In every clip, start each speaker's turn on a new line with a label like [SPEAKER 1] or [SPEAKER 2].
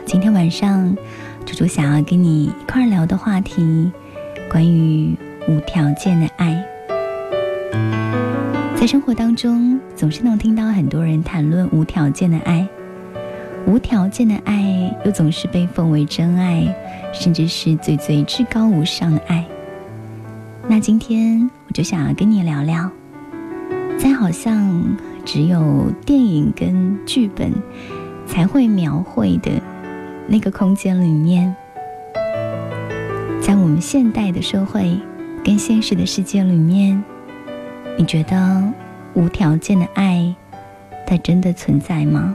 [SPEAKER 1] 今天晚上猪猪想要跟你一块聊的话题，关于无条件的爱。在生活当中总是能听到很多人谈论无条件的爱，无条件的爱又总是被奉为真爱，甚至是最最至高无上的爱。那今天我就想要跟你聊聊，在好像只有电影跟剧本才会描绘的那个空间里面，在我们现代的社会跟现实的世界里面，你觉得无条件的爱它真的存在吗？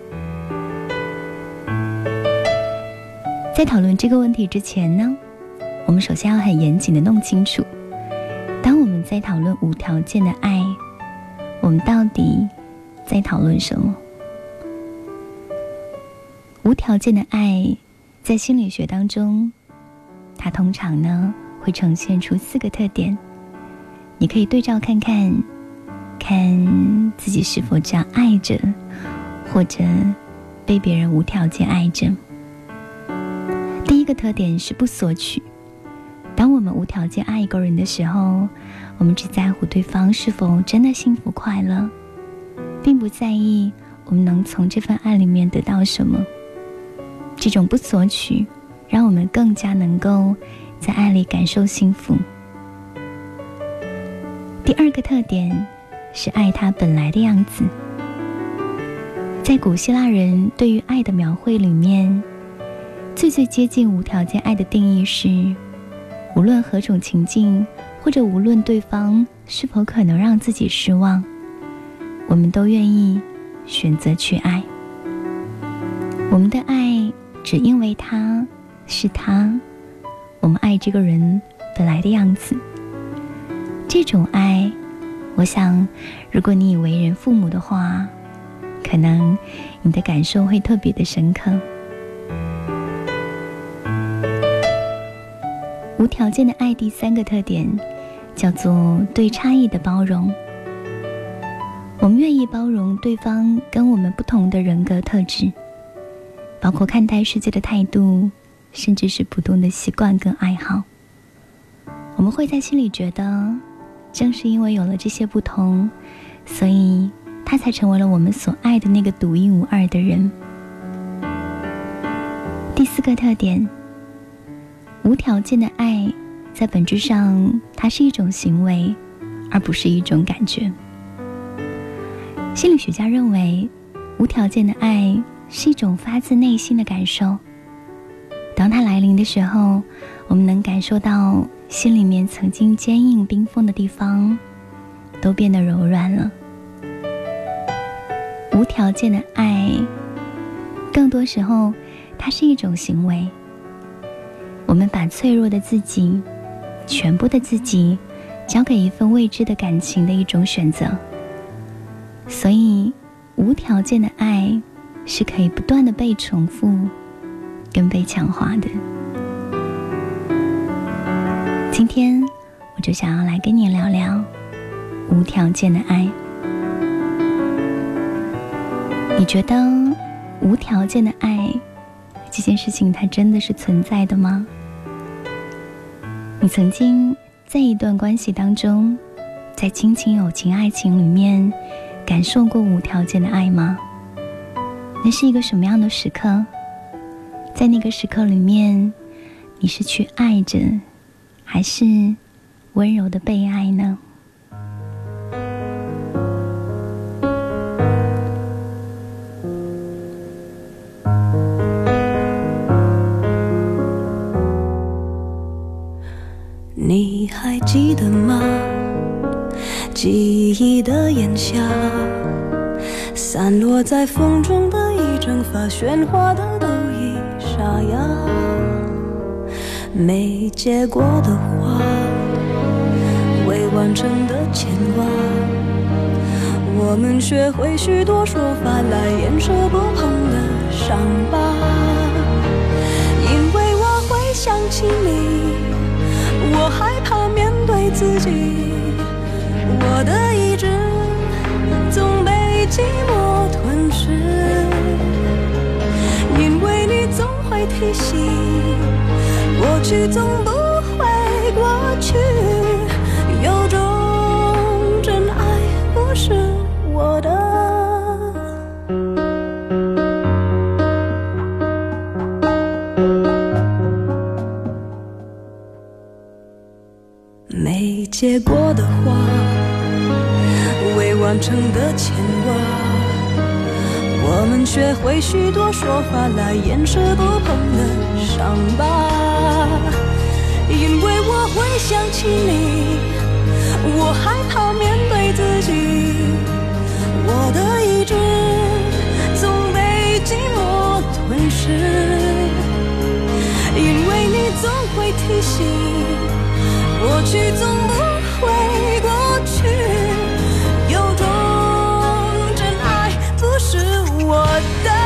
[SPEAKER 1] 在讨论这个问题之前呢，我们首先要很严谨的弄清楚，当我们在讨论无条件的爱，我们到底在讨论什么？无条件的爱在心理学当中，它通常呢会呈现出4个特点，你可以对照看看，看自己是否这样爱着，或者被别人无条件爱着。第一个特点是不索取。当我们无条件爱一个人的时候，我们只在乎对方是否真的幸福快乐，并不在意我们能从这份爱里面得到什么。这种不索取让我们更加能够在爱里感受幸福。第二个特点是爱它本来的样子。在古希腊人对于爱的描绘里面，最接近无条件爱的定义是，无论何种情境，或者无论对方是否可能让自己失望，我们都愿意选择去爱。我们的爱只因为他是他，我们爱这个人本来的样子。这种爱，我想如果你已为人父母的话，可能你的感受会特别的深刻。无条件的爱第3个特点叫做对差异的包容。我们愿意包容对方跟我们不同的人格特质，包括看待世界的态度，甚至是不同的习惯跟爱好。我们会在心里觉得，正是因为有了这些不同，所以他才成为了我们所爱的那个独一无二的人。第4个特点，无条件的爱在本质上它是一种行为，而不是一种感觉。心理学家认为，无条件的爱是一种发自内心的感受。当它来临的时候，我们能感受到心里面曾经坚硬冰封的地方都变得柔软了。无条件的爱更多时候它是一种行为，我们把脆弱的自己，全部的自己，交给一份未知的感情的一种选择。所以无条件的爱是可以不断的被重复跟被强化的。今天我就想要来跟你聊聊无条件的爱。你觉得无条件的爱这件事情它真的是存在的吗？你曾经在一段关系当中，在亲情、友情、爱情里面感受过无条件的爱吗？那是一个什么样的时刻？在那个时刻里面，你是去爱着，还是温柔的被爱呢？
[SPEAKER 2] 你还记得吗？记忆的炎夏，散落在风中的一整发喧哗的都已沙哑，没结果的花，未完成的牵挂，我们学会许多说法来掩饰不碰的伤疤。因为我会想起你，我害怕面对自己，我的意志总被寂寞吞噬，因为你总提醒，过去总不会过去，有种真爱不是我的。没结果的花，未完成的牵挂，我们学会许多说法来掩饰不碰的伤疤。因为我会想起你，我害怕面对自己，我的意志总被寂寞吞噬。因为你总会提醒，过去总不会过去，有种真爱不是我的。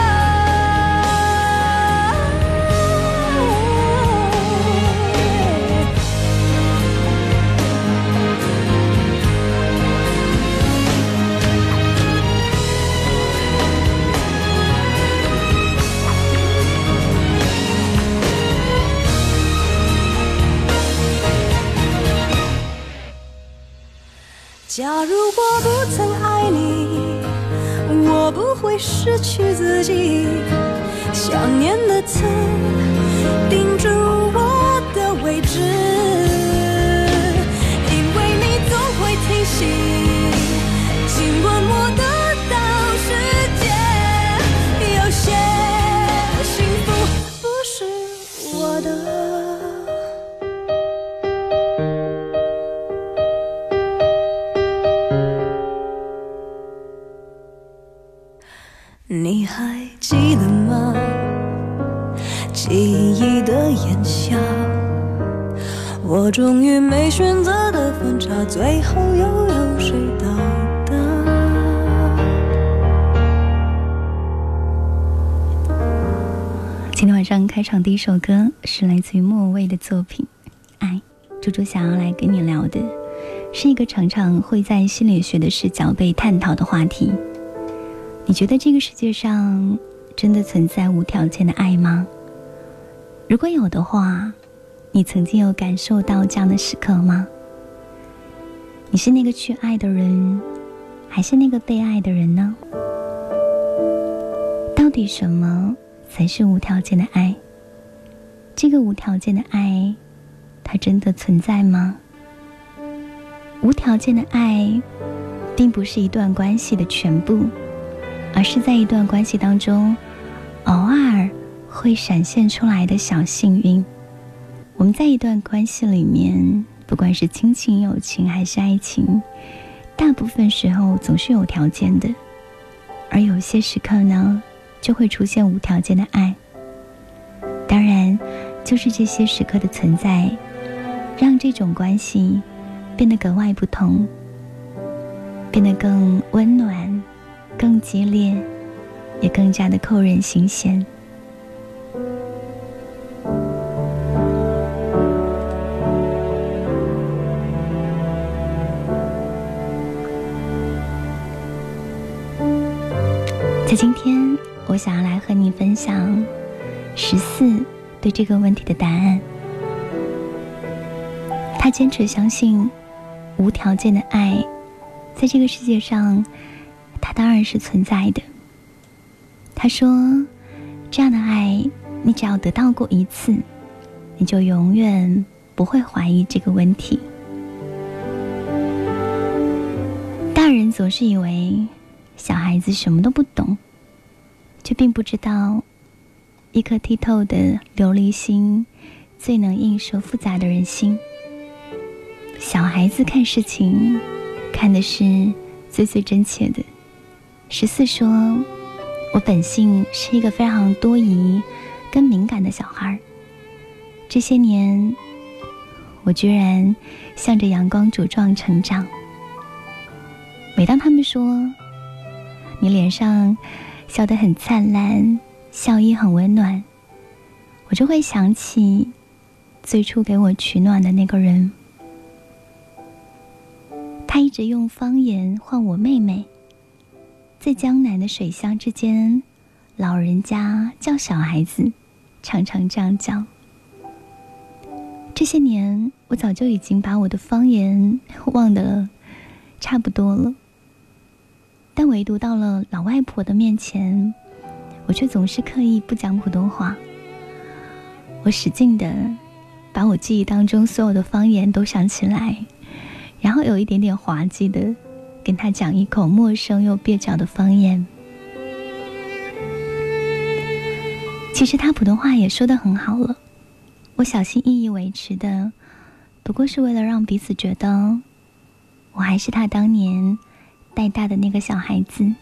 [SPEAKER 2] 假如我不曾爱你，我不会失去自己，想念的刺钉住我的位置。因为你总会提醒，尽管我得到世界，有些幸福不是我的。你还记得吗？记忆的炎夏，我终于没选择的分岔，最后又有谁到达？
[SPEAKER 1] 今天晚上开场第一首歌是来自于莫蔚的作品《爱》。猪猪想要来跟你聊的是一个常常会在心理学的视角被探讨的话题。你觉得这个世界上真的存在无条件的爱吗？如果有的话，你曾经有感受到这样的时刻吗？你是那个去爱的人，还是那个被爱的人呢？到底什么才是无条件的爱？这个无条件的爱，它真的存在吗？无条件的爱，并不是一段关系的全部，而是在一段关系当中偶尔会闪现出来的小幸运。我们在一段关系里面，不管是亲情、友情还是爱情，大部分时候总是有条件的，而有些时刻呢，就会出现无条件的爱。当然，就是这些时刻的存在，让这种关系变得格外不同，变得更温暖，更激烈，也更加的扣人心弦。在今天，我想要来和你分享14对这个问题的答案。他坚持相信无条件的爱在这个世界上它当然是存在的。他说，这样的爱你只要得到过一次，你就永远不会怀疑这个问题。大人总是以为小孩子什么都不懂，却并不知道一颗剔透的琉璃心最能映射复杂的人心。小孩子看事情看的是最真切的。14说，我本性是一个非常多疑跟敏感的小孩，这些年我居然向着阳光茁壮成长。每当他们说你脸上笑得很灿烂，笑意很温暖，我就会想起最初给我取暖的那个人。他一直用方言唤我妹妹，在江南的水乡之间，老人家叫小孩子常常这样讲。这些年，我早就已经把我的方言忘得差不多了，但唯独到了老外婆的面前，我却总是刻意不讲普通话。我使劲的把我记忆当中所有的方言都想起来，然后有一点点滑稽的跟她讲一口陌生又蹩脚的方言。其实她普通话也说得很好了，我小心翼翼维持的，不过是为了让彼此觉得我还是她当年带大的那个小孩子。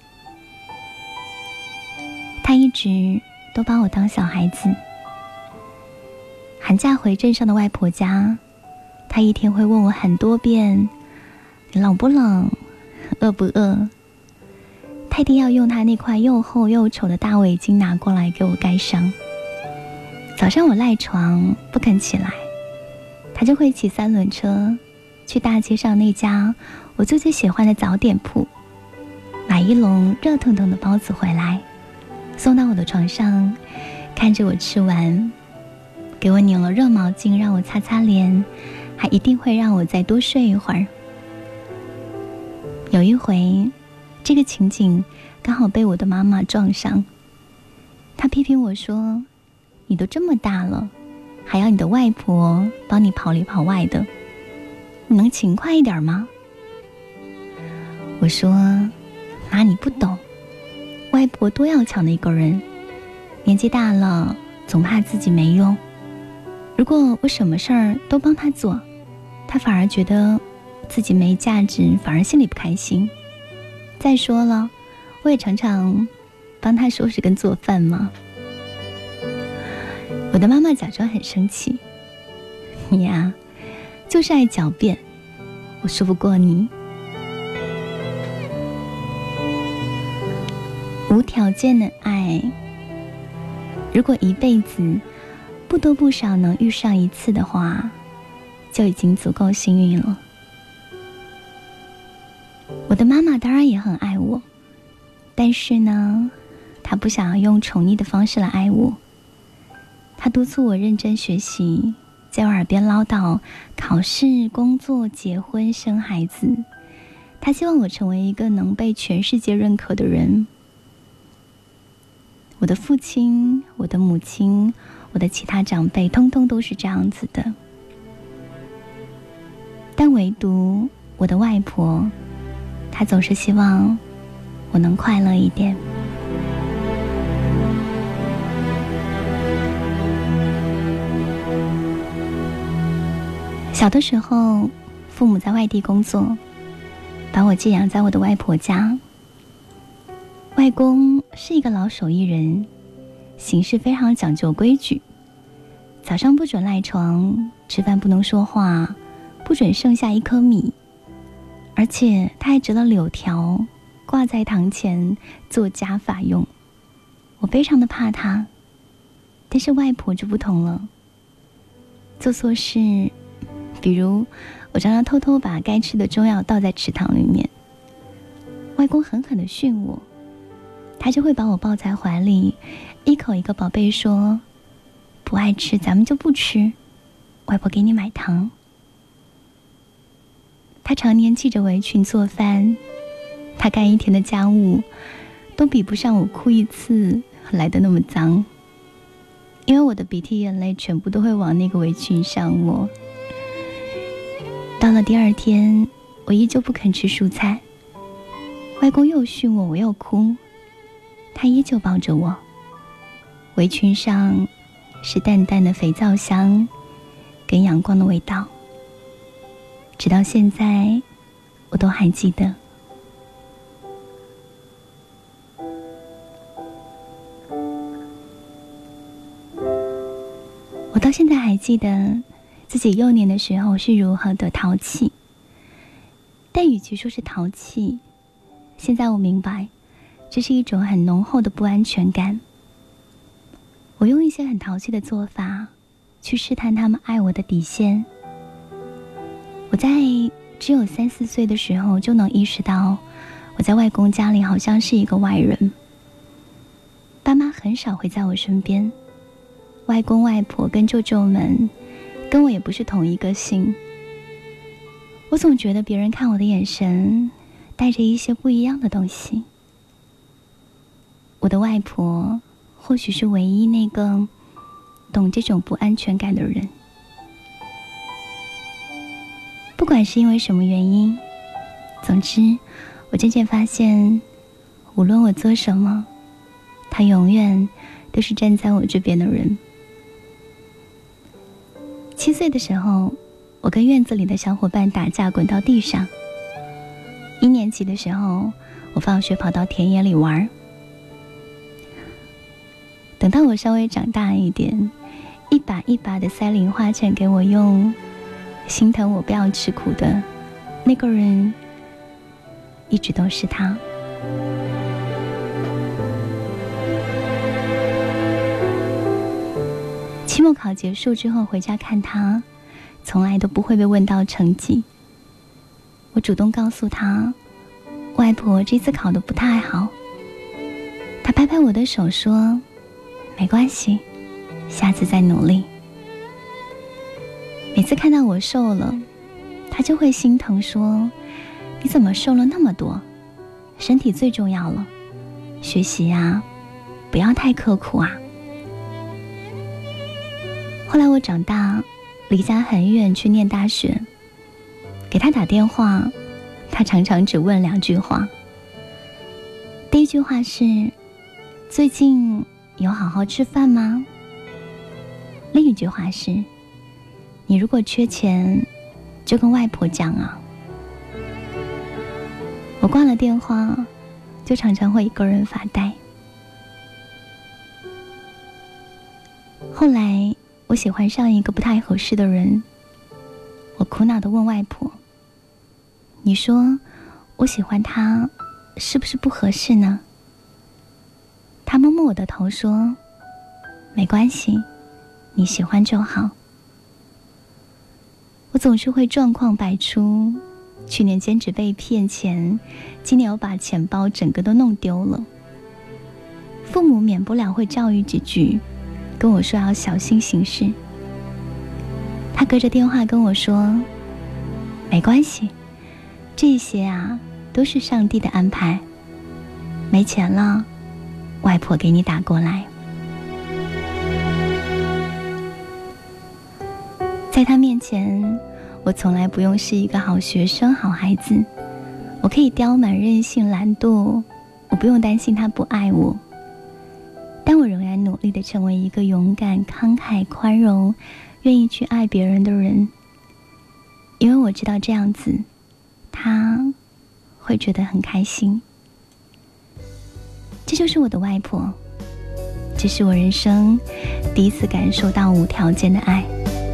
[SPEAKER 1] 她一直都把我当小孩子。寒假回镇上的外婆家，她一天会问我很多遍，你冷不冷，饿不饿。她一定要用她那块又厚又丑的大围巾拿过来给我盖上。早上我赖床不肯起来，她就会骑3轮车去大街上那家我最喜欢的早点铺，买一笼热腾腾的包子回来，送到我的床上，看着我吃完，给我拧了热毛巾让我擦擦脸，还一定会让我再多睡一会儿。有一回，这个情景刚好被我的妈妈撞上，她批评我说，你都这么大了，还要你的外婆帮你跑里跑外的，你能勤快一点吗？我说，妈，你不懂，外婆多要强的一个人，年纪大了总怕自己没用，如果我什么事儿都帮她做，她反而觉得自己没价值，反而心里不开心。再说了，我也常常帮她收拾跟做饭嘛。我的妈妈假装很生气，你呀，就是爱狡辩，我说不过你。无条件的爱，如果一辈子不多不少能遇上一次的话，就已经足够幸运了。我的妈妈当然也很爱我，但是呢，她不想要用宠溺的方式来爱我。她督促我认真学习，在我耳边唠叨考试、工作、结婚、生孩子。她希望我成为一个能被全世界认可的人。我的父亲、我的母亲、我的其他长辈通通都是这样子的，但唯独我的外婆，她总是希望我能快乐一点。小的时候，父母在外地工作，把我寄养在我的外婆家。外公是一个老手艺人，行事非常讲究规矩，早上不准赖床，吃饭不能说话，不准剩下一颗米，而且他还折了柳条挂在堂前做家法用。我非常的怕他，但是外婆就不同了，做错事，比如我常常偷偷把该吃的中药倒在池塘里面，外公狠狠地训我，他就会把我抱在怀里，一口一个宝贝说，不爱吃咱们就不吃，外婆给你买糖。他常年系着围裙做饭，他干一天的家务都比不上我哭一次来的那么脏，因为我的鼻涕眼泪全部都会往那个围裙上抹。到了第二天，我依旧不肯吃蔬菜，外公又训我，我又哭，他依旧抱着我，围裙上是淡淡的肥皂香跟阳光的味道，直到现在我都还记得。我到现在还记得自己幼年的时候是如何的淘气，但与其说是淘气，现在我明白这是一种很浓厚的不安全感。我用一些很淘气的做法去试探他们爱我的底线。我在只有3、4岁的时候就能意识到，我在外公家里好像是一个外人，爸妈很少会在我身边， 外公外婆跟舅舅们跟我也不是同一个姓，我总觉得别人看我的眼神带着一些不一样的东西。我的外婆或许是唯一那个懂这种不安全感的人。不管是因为什么原因，总之我渐渐发现，无论我做什么，她永远都是站在我这边的人。7岁的时候，我跟院子里的小伙伴打架滚到地上。1年级的时候，我放学跑到田野里玩。等到我稍微长大一点，一把一把的塞零花钱给我用，心疼我不要吃苦的那个人，一直都是他。期末考结束之后回家看他，从来都不会被问到成绩。我主动告诉他，外婆这次考得不太好。他拍拍我的手说，没关系，下次再努力。每次看到我瘦了，他就会心疼说，你怎么瘦了那么多？身体最重要了，学习啊，不要太刻苦啊。后来我长大，离家很远去念大学，给他打电话，他常常只问2句话。第一句话是，最近有好好吃饭吗？另一句话是，你如果缺钱，就跟外婆讲啊。我挂了电话，就常常会一个人发呆。后来我喜欢上一个不太合适的人，我苦恼地问外婆，你说我喜欢他是不是不合适呢？她摸摸我的头说，没关系，你喜欢就好。我总是会状况百出，去年兼职被骗钱，今年我把钱包整个都弄丢了。父母免不了会教育几句，跟我说要小心行事。他隔着电话跟我说，没关系，这些啊都是上帝的安排，没钱了，外婆给你打过来。在他面前，我从来不用是一个好学生、好孩子，我可以刁蛮、任性、懒惰，我不用担心他不爱我。但我仍然努力地成为一个勇敢、慷慨、宽容，愿意去爱别人的人，因为我知道这样子，他会觉得很开心。这就是我的外婆，这是我人生第一次感受到无条件的爱。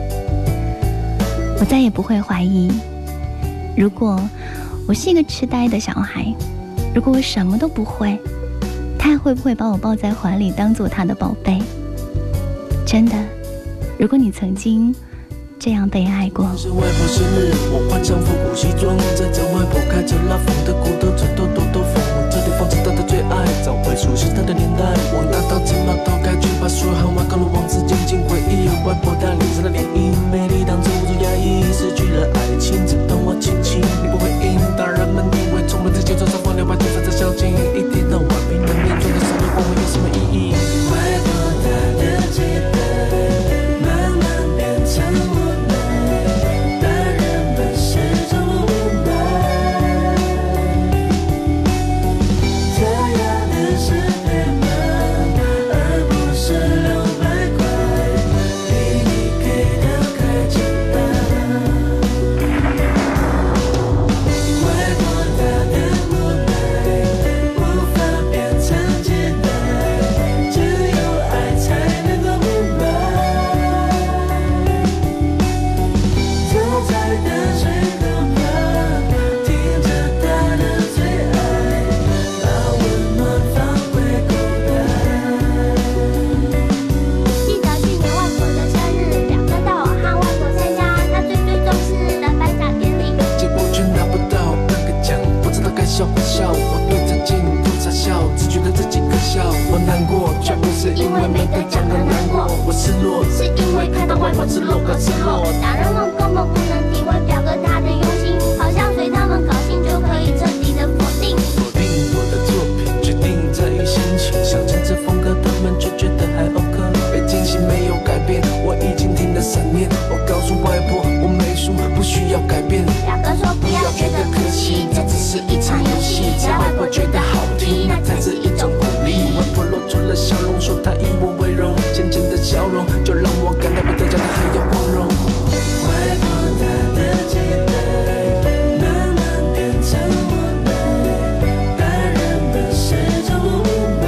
[SPEAKER 1] 我再也不会怀疑，如果我是一个痴呆的小孩，如果我什么都不会，他还会不会把我抱在怀里当做他的宝贝？真的，如果你曾经这样被爱过。
[SPEAKER 3] 是外婆生日，我换上复古西装，在家外婆开着拉风的古董，枕头兜兜风，这里放着她的最爱，找回熟悉她的年代。往大道城码头开去，把所有号码告入往事，静静回忆。外婆她脸上的涟漪，美丽当遮不住压抑，失去了爱情，只懂我亲亲。你不回应，大人们以为充满着节奏上放200天上在小径，一天到晚拼命面对的生活，问我有什么意义？外婆她的期待，慢慢变成我。
[SPEAKER 2] 这样的是陪伴，而不是600块。
[SPEAKER 3] 发赤裸快赤裸。
[SPEAKER 4] 大人们根本不能体会表哥他的用心，好像随他们高兴就可以彻底的否定。
[SPEAKER 3] 否定我的作品，决定在于心情。想坚持风格，他们却觉得还 OK。被惊喜没有改变，我已经听了3年。我告诉外婆，我美术不需要改变。
[SPEAKER 4] 表哥说不要觉得可惜，这只是一场游戏。只要外婆觉得好听，那才是一种鼓励。
[SPEAKER 3] 外婆露出了笑容，说她以我为荣。浅浅的笑容，就让我感到比得奖的还要光荣。外婆她的期待，慢慢变成无奈，大人们始终不明白。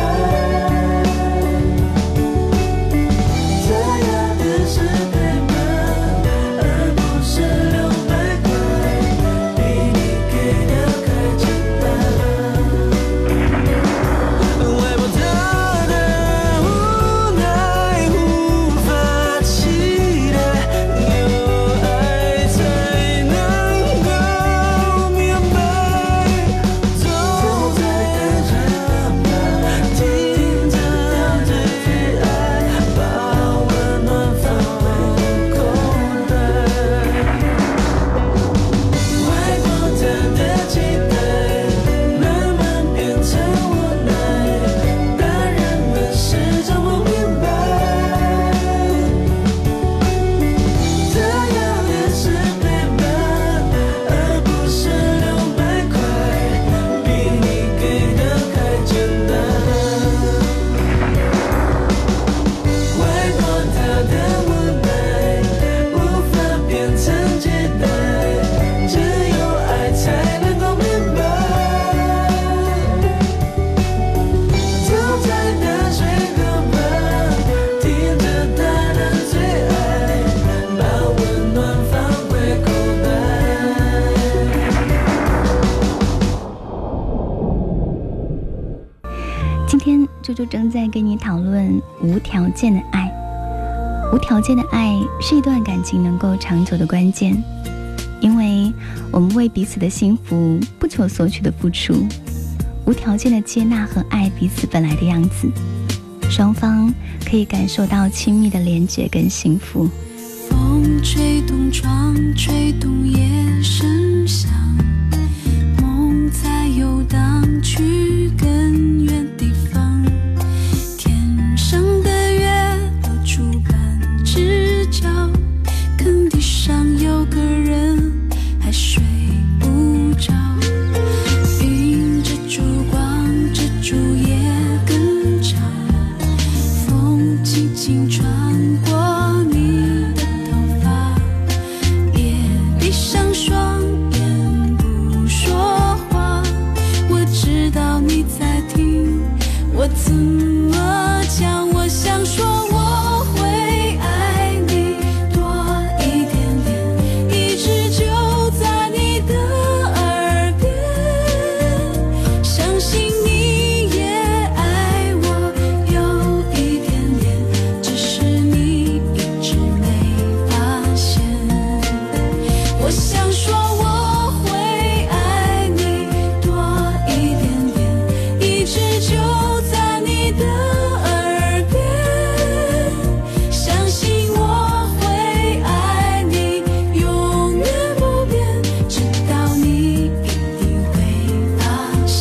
[SPEAKER 3] 这要的是陪伴，而不是600块，比你给的还简单。外婆她的无奈无法期待，有爱才能够明白。走在人们听着最爱，把温暖放回口袋。外婆她的期待，慢慢变成无奈，大人们始终不明白。这要的是陪伴，而不是600块，比你给的还简单。外婆她的无奈，无法变成期待，只有爱才能够明白。走在大水河畔，听着大人最爱，把温暖放回口袋。
[SPEAKER 1] 今天猪猪正在跟你讨论无条件的爱。无条件的爱是一段感情能够长久的关键，因为我们为彼此的幸福不求索取的付出，无条件的接纳和爱彼此本来的样子，双方可以感受到亲密的连结跟幸福。
[SPEAKER 2] 风吹动窗，吹动夜声响，梦在游荡，去更远地方。天上的月露出半只脚，坑地上有个人还睡不着。云遮住光，遮住夜更长，风轻轻穿过你的头发，也闭上双眼不说话。我知道你在听，我怎么讲？我想说我会爱你多一点点，一直就在你的耳边，相信你也爱我有一点点，只是你一直没发现。我想说我会爱你多一点点，一直就在你的耳边，相信我会爱你永远不变，直到你一定会发现。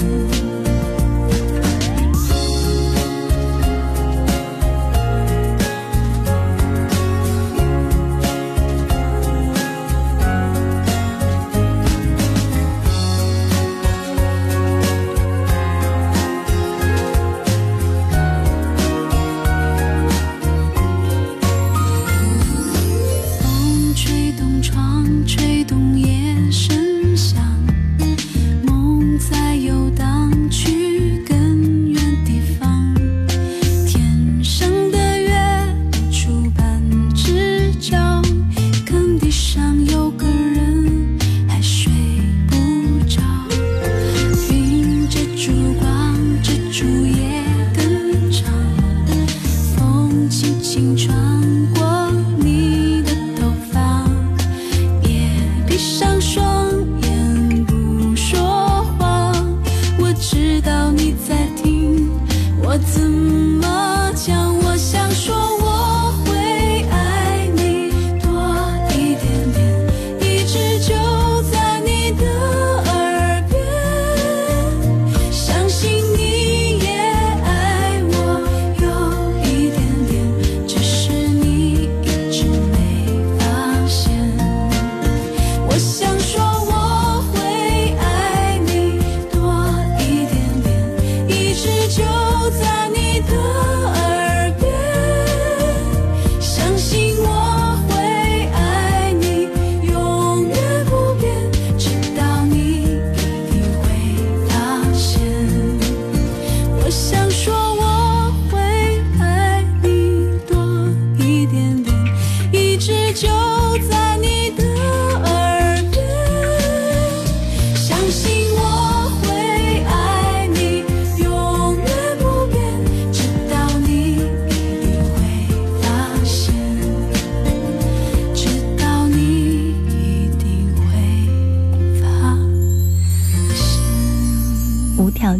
[SPEAKER 2] 风吹动窗，吹动夜声响，梦在游荡，去更远地方。天上的月露出半只脚，坑地上有个人还睡不着。云遮住光，遮住夜更长，风轻轻穿过你的头发，也闭上双眼不说话。我知道你在听，我怎么讲？我想说我会爱你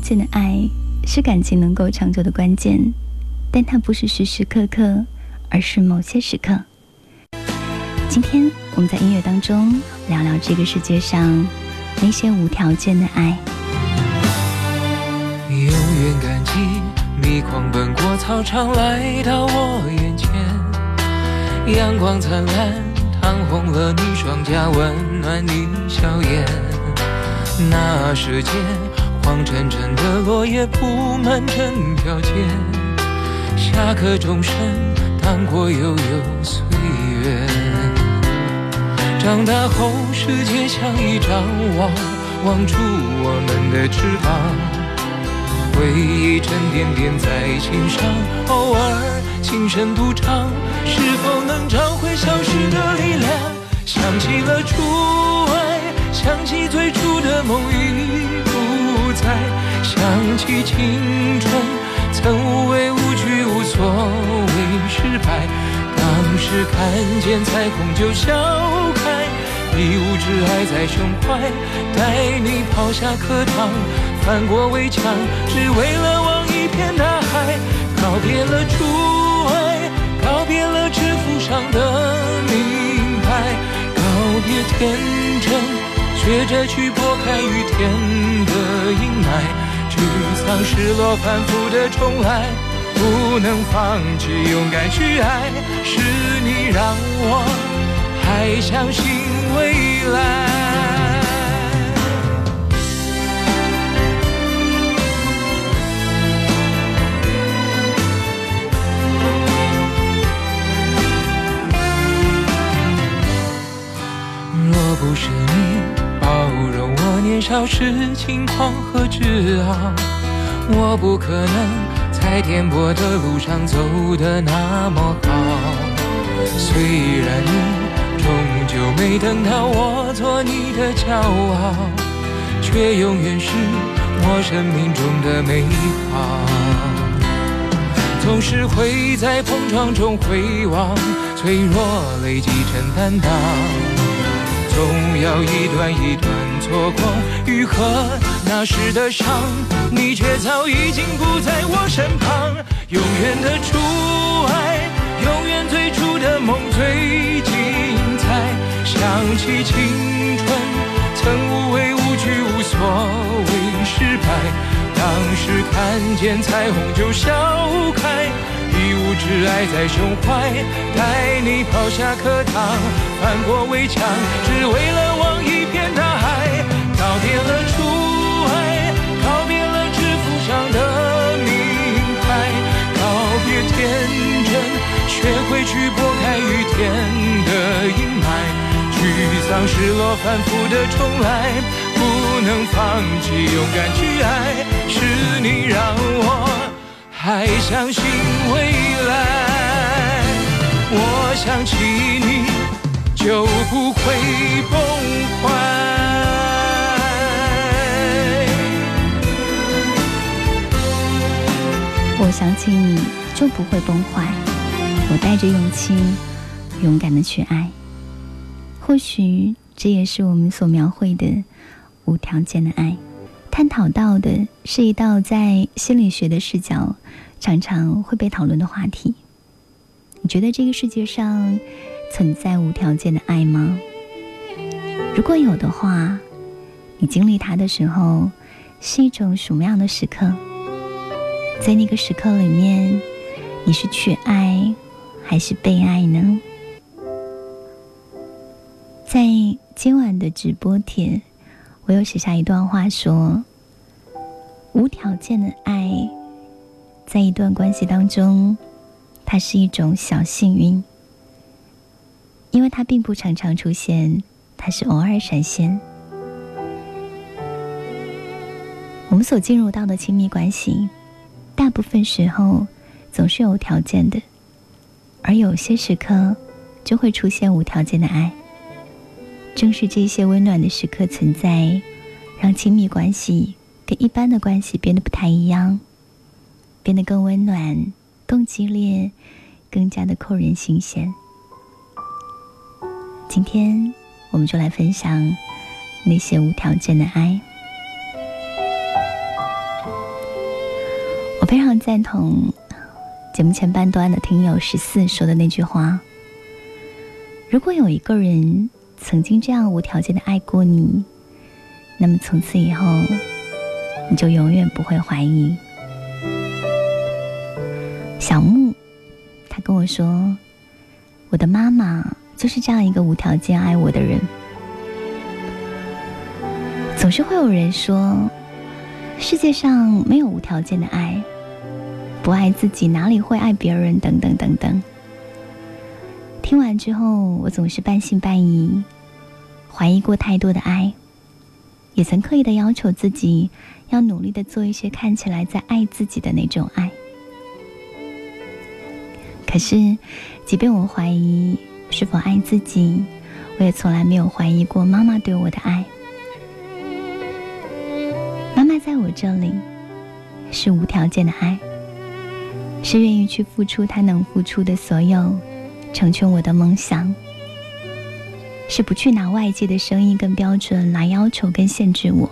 [SPEAKER 1] 件的爱是感情能够长久的关键，但它不是时时刻刻，而是某些时刻。今天我们在音乐当中聊聊这个世界上那些无条件的爱。
[SPEAKER 5] 永远感激你狂奔过操场来到我眼前，阳光灿烂烫红了你双颊，温暖你笑颜。那时间黄澄澄的落叶铺满整条街，下课钟声荡过悠悠岁月。长大后世界像一张网，网住我们的翅膀，回忆沉甸甸在心上，偶尔轻声独唱，是否能找回消失的力量？想起了初爱，想起最初的梦已不在，想起青春曾无畏无惧无所谓失败，当时看见彩虹就笑开，义无之爱在胸怀，带你跑下课堂，翻过围墙，只为了望一片大海。告别了初爱，告别了制服上的名牌，告别天真，学着去拨开雨天的阴霾，沮丧失落反复的重来，不能放弃勇敢去爱，是你让我还相信未来。若不是你包容我年少时轻狂和自傲，我不可能在颠簸的路上走得那么好。虽然你终究没等到我做你的骄傲，却永远是我生命中的美好。总是会在碰撞中回望，脆弱累积成担当，总要一段一段错过，愈合那时的伤，你却早已经不在我身旁。永远的初爱，永远最初的梦最精彩，想起青春曾无畏无惧无所谓失败，当时看见彩虹就笑开，义无之爱在胸怀，带你跑下课堂，翻过围墙，只为了望一片大海。告别了初爱，告别了制服上的名牌，告别天真，学会去拨开雨天的阴霾，沮丧失落反复的重来，不能放弃勇敢去爱，是你让我还相信未来。我想起你就不会崩坏。
[SPEAKER 1] 我想起你就不会崩坏，我带着勇气勇敢的去爱。或许这也是我们所描绘的无条件的爱。探讨到的是一道在心理学的视角常常会被讨论的话题。你觉得这个世界上存在无条件的爱吗？如果有的话，你经历它的时候是一种什么样的时刻？在那个时刻里面，你是去爱还是被爱呢？在今晚的直播帖，我有写下一段话说，无条件的爱在一段关系当中，它是一种小幸运，因为它并不常常出现，它是偶尔闪现。我们所进入到的亲密关系，大部分时候总是有条件的，而有些时刻就会出现无条件的爱。正是这些温暖的时刻存在，让亲密关系跟一般的关系变得不太一样，变得更温暖、更激烈、更加的扣人心弦。今天我们就来分享那些无条件的爱。 常赞同节目前半段的听友14说的那句话，如果有一个人曾经这样无条件的爱过你，那么从此以后你就永远不会怀疑。小木他跟我说，我的妈妈就是这样一个无条件爱我的人。总是会有人说，世界上没有无条件的爱，不爱自己哪里会爱别人，等等等等。听完之后，我总是半信半疑，怀疑过太多的爱，也曾刻意的要求自己要努力的做一些看起来在爱自己的那种爱。可是即便我怀疑是否爱自己，我也从来没有怀疑过妈妈对我的爱。妈妈在我这里是无条件的爱，是愿意去付出她能付出的所有，成全我的梦想，是不去拿外界的声音跟标准来要求跟限制我。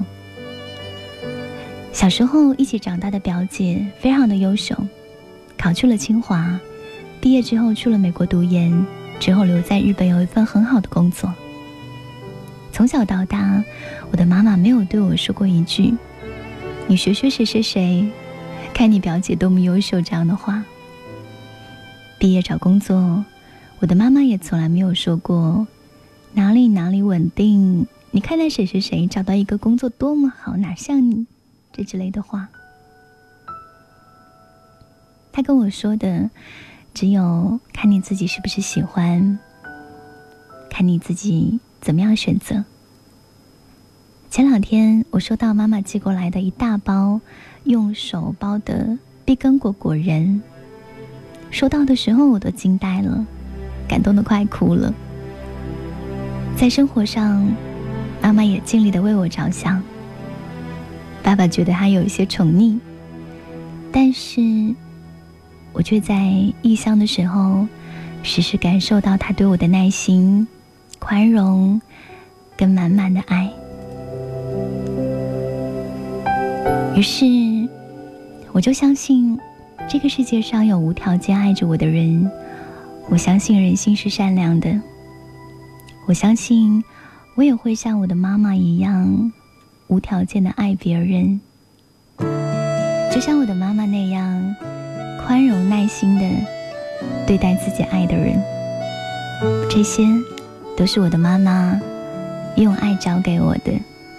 [SPEAKER 1] 小时候一起长大的表姐非常的优秀，考去了清华，毕业之后去了美国读研，之后留在日本有一份很好的工作。从小到大，我的妈妈没有对我说过一句你学学谁谁谁，看你表姐多么优秀这样的话。毕业找工作，我的妈妈也从来没有说过哪里稳定，你看待谁谁谁找到一个工作多么好，哪像你，这之类的话。她跟我说的只有看你自己是不是喜欢，看你自己怎么样选择。前2天我收到妈妈寄过来的一大包用手包的碧根果果仁，收到的时候我都惊呆了，感动得快哭了。在生活上，妈妈也尽力地为我着想。爸爸觉得他有一些宠溺，但是我却在异乡的时候时时感受到他对我的耐心、宽容跟满满的爱。于是我就相信这个世界上有无条件爱着我的人，我相信人心是善良的，我相信我也会像我的妈妈一样无条件的爱别人，就像我的妈妈那样宽容耐心的对待自己爱的人。这些都是我的妈妈用爱教给我的。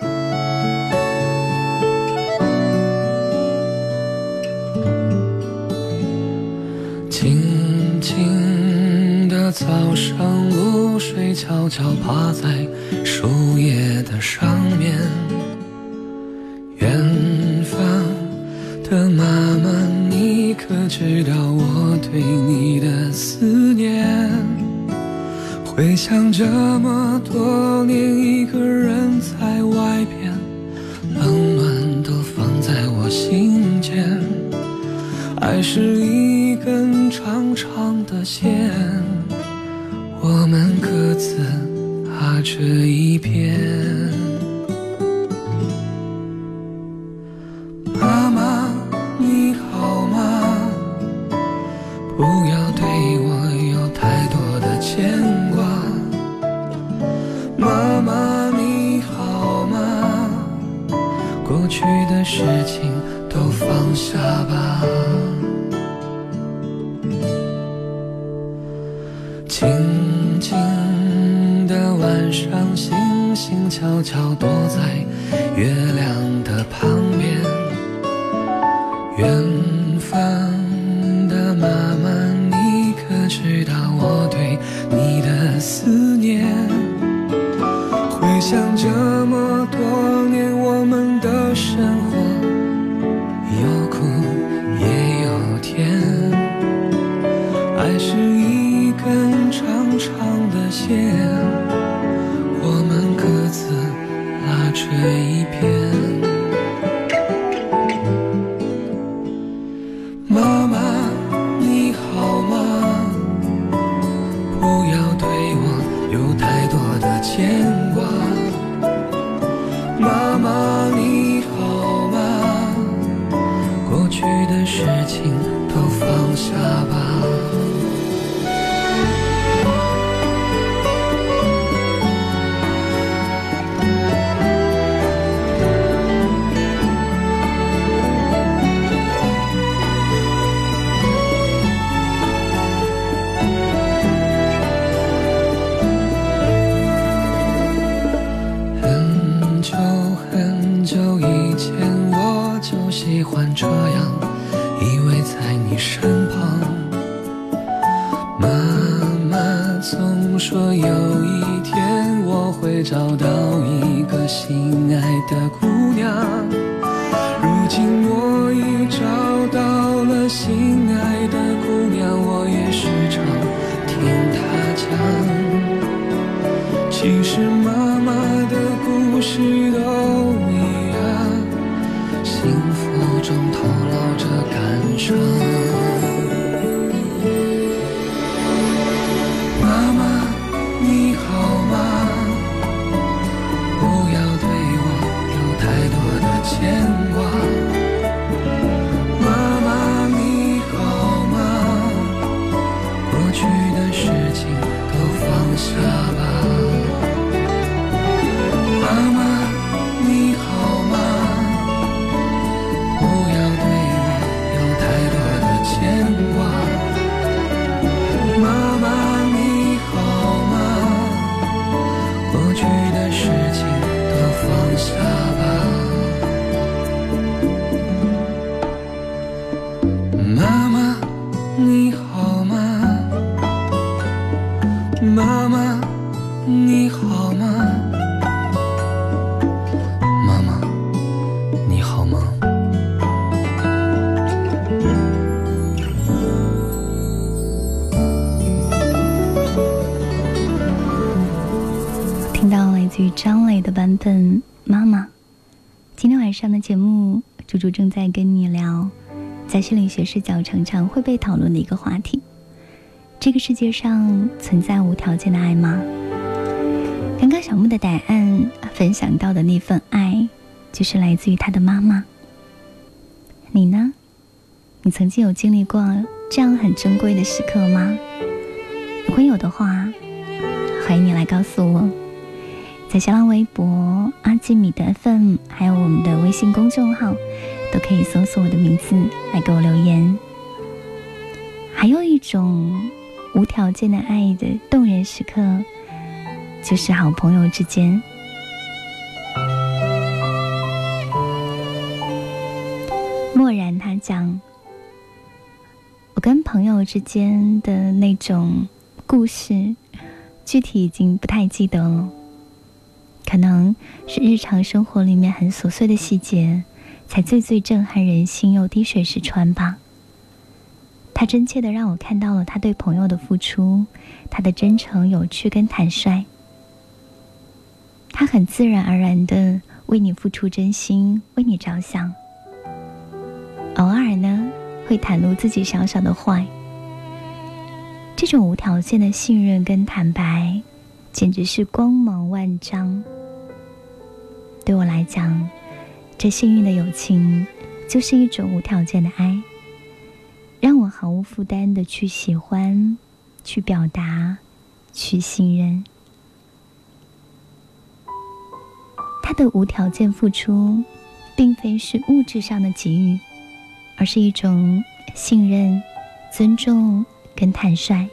[SPEAKER 3] 静静的早上，露水悄悄趴在树叶的上面，远方的妈妈，你可知道我对你的思念？回想这么多年，一个人在外边，冷暖都放在我心间。爱是一根长长的线，我们各自踏这一边。妈妈你好吗？不要对我有太多的牵挂。妈妈你好吗？过去的事情都放下吧。静静的晚上，星星悄悄躲在月亮的旁边。远方的妈妈，你可知道我对你的思念？回想这么多年，我们的生活有苦也有甜。爱是一根长长的线，我们各自拉这一边。妈妈你好吗？不要对我有太多的牵挂。妈妈你好吗？过去的事情总说有一天我会找到一个心爱的姑娘，如今我已找到了心爱的姑娘，我也时常听她讲，其实妈妈的故事都一样，幸福中透露着感伤。妈妈你好吗？不要对我有太多的牵挂。妈妈你好吗？过去的事情都放下吧。妈妈你好吗？不要对我有太多的牵挂。妈妈你好吗？过去的事情都放下吧。妈妈你好吗？妈妈你好吗？妈妈你好吗？
[SPEAKER 1] 听到来自于张磊的版本《妈妈》。今天晚上的节目，猪猪正在跟你聊在心理学视角常常会被讨论的一个话题：这个世界上存在无条件的爱吗？刚刚小木的答案分享到的那份爱，就是来自于他的妈妈。你呢？你曾经有经历过这样很珍贵的时刻吗？如果有的话，欢迎你来告诉我。在新浪微博阿基米德 FM， 还有我们的微信公众号，都可以搜索我的名字来给我留言。还有一种无条件的爱的动人时刻，就是好朋友之间。漠然他讲，我跟朋友之间的那种故事，具体已经不太记得了，可能是日常生活里面很琐碎的细节，才最震撼人心又滴水石穿吧。他真切地让我看到了他对朋友的付出，他的真诚、有趣跟坦率。他很自然而然地为你付出真心，为你着想。偶尔呢，会袒露自己小小的坏。这种无条件的信任跟坦白，简直是光芒万丈。对我来讲，这幸运的友情就是一种无条件的爱，让我毫无负担地去喜欢，去表达，去信任。他的无条件付出，并非是物质上的给予，而是一种信任、尊重跟坦率。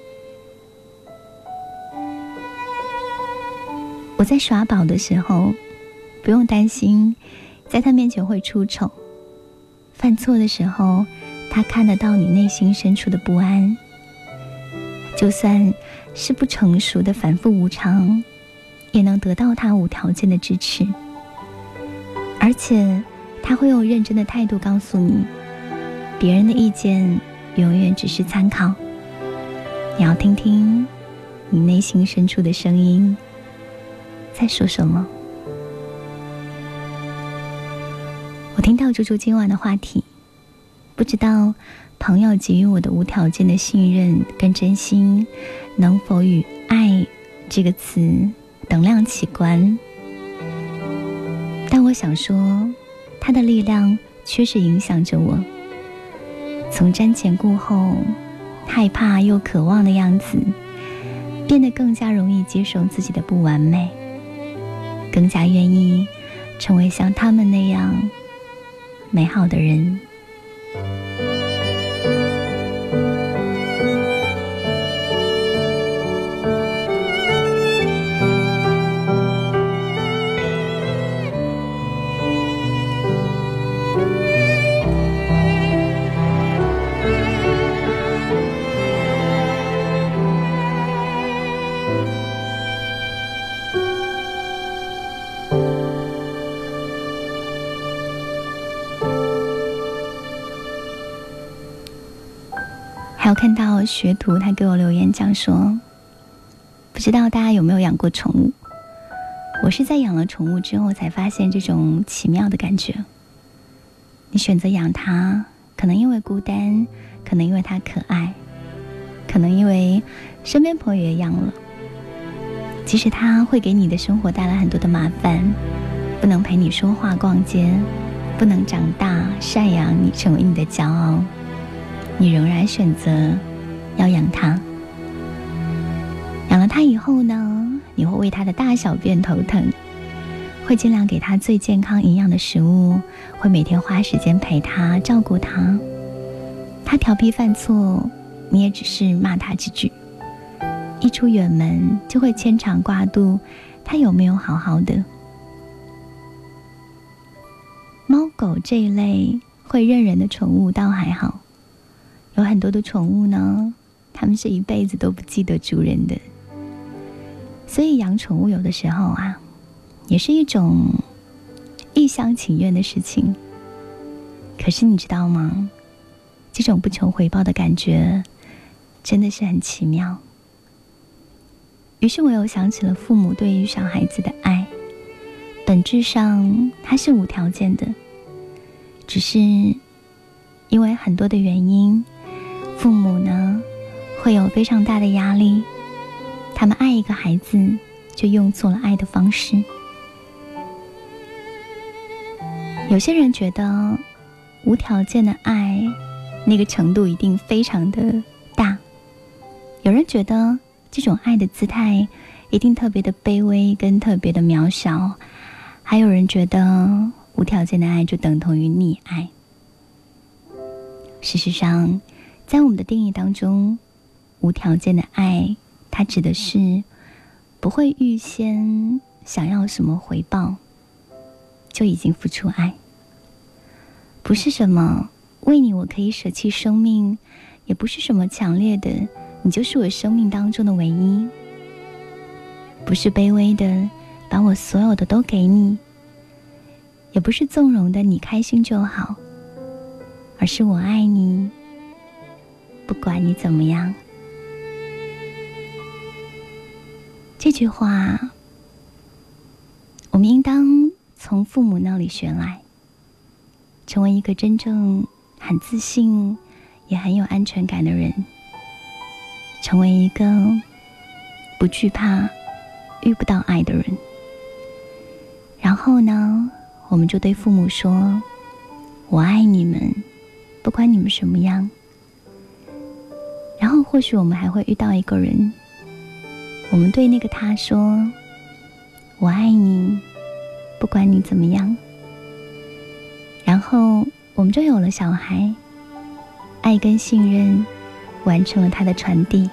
[SPEAKER 1] 我在耍宝的时候，不用担心在他面前会出丑，犯错的时候，他看得到你内心深处的不安。就算是不成熟的反复无常，也能得到他无条件的支持。而且他会用认真的态度告诉你，别人的意见永远只是参考，你要听听你内心深处的声音在说什么。我听到猪猪今晚的话题，不知道朋友给予我的无条件的信任跟真心，能否与爱这个词等量齐观。但我想说，它的力量确实影响着我，从瞻前顾后、害怕又渴望的样子，变得更加容易接受自己的不完美，更加愿意成为像他们那样美好的人。 有看到学徒他给我留言讲说，不知道大家有没有养过宠物？我是在养了宠物之后才发现这种奇妙的感觉。你选择养它，可能因为孤单，可能因为它可爱，可能因为身边朋友也养了。即使它会给你的生活带来很多的麻烦，不能陪你说话逛街，不能长大赡养你成为你的骄傲，你仍然选择要养它。养了它以后呢，你会为它的大小便头疼，会尽量给它最健康营养的食物，会每天花时间陪它照顾它。它调皮犯错，你也只是骂它几句，一出远门就会牵肠挂肚，它有没有好好的。猫狗这一类会认人的宠物倒还好，有很多的宠物呢，它们是一辈子都不记得主人的。所以养宠物有的时候啊，也是一种一厢情愿的事情。可是你知道吗？这种不求回报的感觉真的是很奇妙。于是我又想起了父母对于小孩子的爱，本质上它是无条件的，只是因为很多的原因，父母呢会有非常大的压力，他们爱一个孩子就用错了爱的方式。有些人觉得无条件的爱那个程度一定非常的大，有人觉得这种爱的姿态一定特别的卑微跟特别的渺小，还有人觉得无条件的爱就等同于溺爱。事实上，在我们的定义当中，无条件的爱它指的是不会预先想要什么回报就已经付出爱，不是什么为你我可以舍弃生命，也不是什么强烈的你就是我生命当中的唯一，不是卑微的把我所有的都给你，也不是纵容的你开心就好，而是我爱你，不管你怎么样。这句话我们应当从父母那里学来，成为一个真正很自信也很有安全感的人，成为一个不惧怕遇不到爱的人。然后呢，我们就对父母说，我爱你们，不管你们什么样。然后或许我们还会遇到一个人，我们对那个他说，我爱你，不管你怎么样。然后我们就有了小孩，爱跟信任完成了他的传递。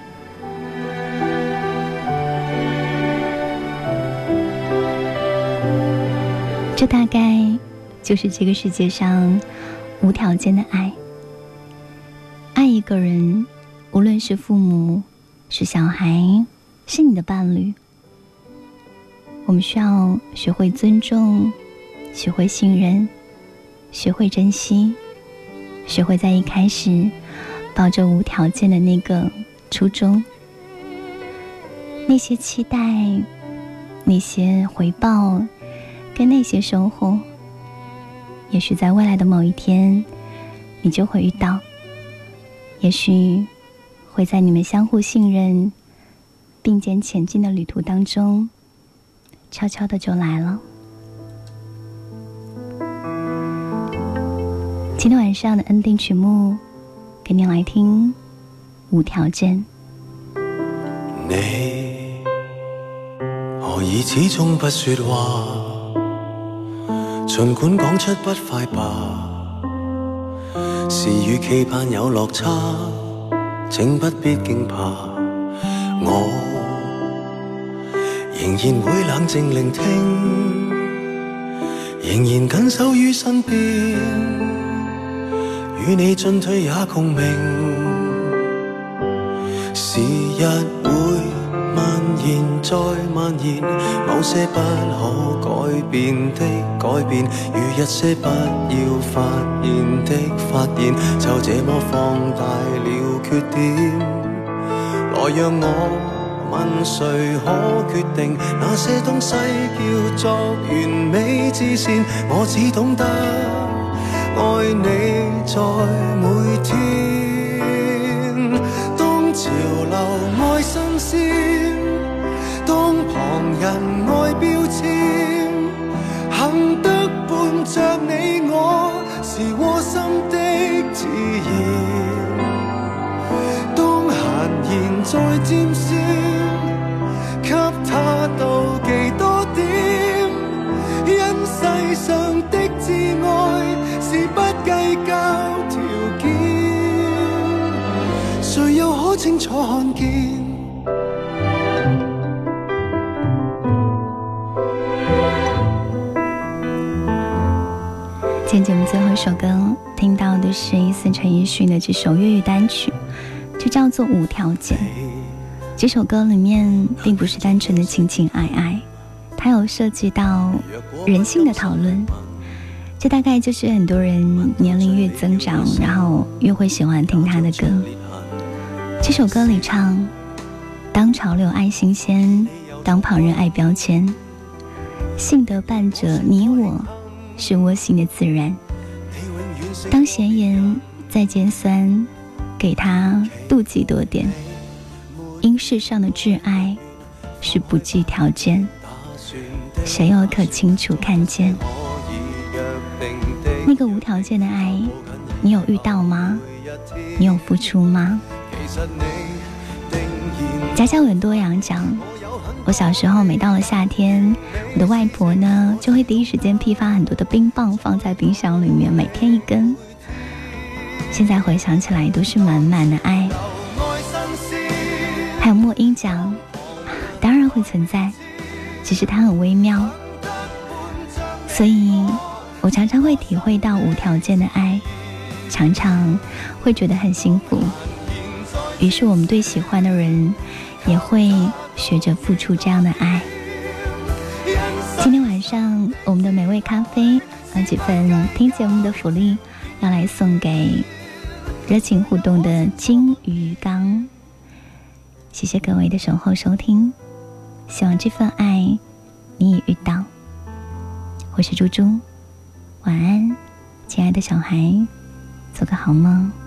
[SPEAKER 1] 这大概就是这个世界上无条件的爱。爱一个人，无论是父母，是小孩，是你的伴侣，我们需要学会尊重，学会信任，学会珍惜，学会在一开始抱着无条件的那个初衷。那些期待，那些回报，跟那些收获，也许在未来的某一天你就会遇到，也许会在你们相互信任并肩前进的旅途当中悄悄的就来了。今天晚上的恩定曲目给您来听无条件。
[SPEAKER 3] 你何以始終不說話，儘管講出不快吧，是與期盼有落差，請不必驚怕，我仍然會冷靜聆聽，仍然緊守於身邊，與你進退也共鳴，時日會慢延再蔓延，某些不可改变的改变，如一些不要发现的发现，就这么放大了缺點。來讓我問誰可決定那些東西叫做完美之線，我只懂得愛你在每天。當潮流愛新鮮，當旁人愛標籤，幸得伴着你我是窩心的自然。當閒言再尖酸，給他妒忌多點，因世上的摯愛是不計較條件，誰又可清楚看見？
[SPEAKER 1] 今天节目最后一首歌听到的是144陈奕迅的这首粤语单曲，就叫做《无条件》。这首歌里面并不是单纯的情情爱爱，它有涉及到人性的讨论。这大概就是很多人年龄越增长，然后越会喜欢听他的歌。这首歌里唱：当潮流爱新鲜，当旁人爱标签，性德伴着你我，是窝心的自然。当闲言再尖酸，给他妒忌多点，因世上的挚爱是不计条件，谁又可清楚看见？那个无条件的爱，你有遇到吗？你有付出吗？家家有本多羊讲，我小时候每到了夏天，我的外婆呢就会第一时间批发很多的冰棒放在冰箱里面，每天一根。现在回想起来都是满满的爱。还有莫英讲，当然会存在，只是它很微妙，所以我常常会体会到无条件的爱，常常会觉得很幸福。于是我们对喜欢的人也会学着付出这样的爱。今天晚上我们的美味咖啡几份听节目的福利要来送给热情互动的金鱼缸，谢谢各位的守候收听，希望这份爱你也遇到。我是猪猪，晚安，亲爱的小孩，做个好梦。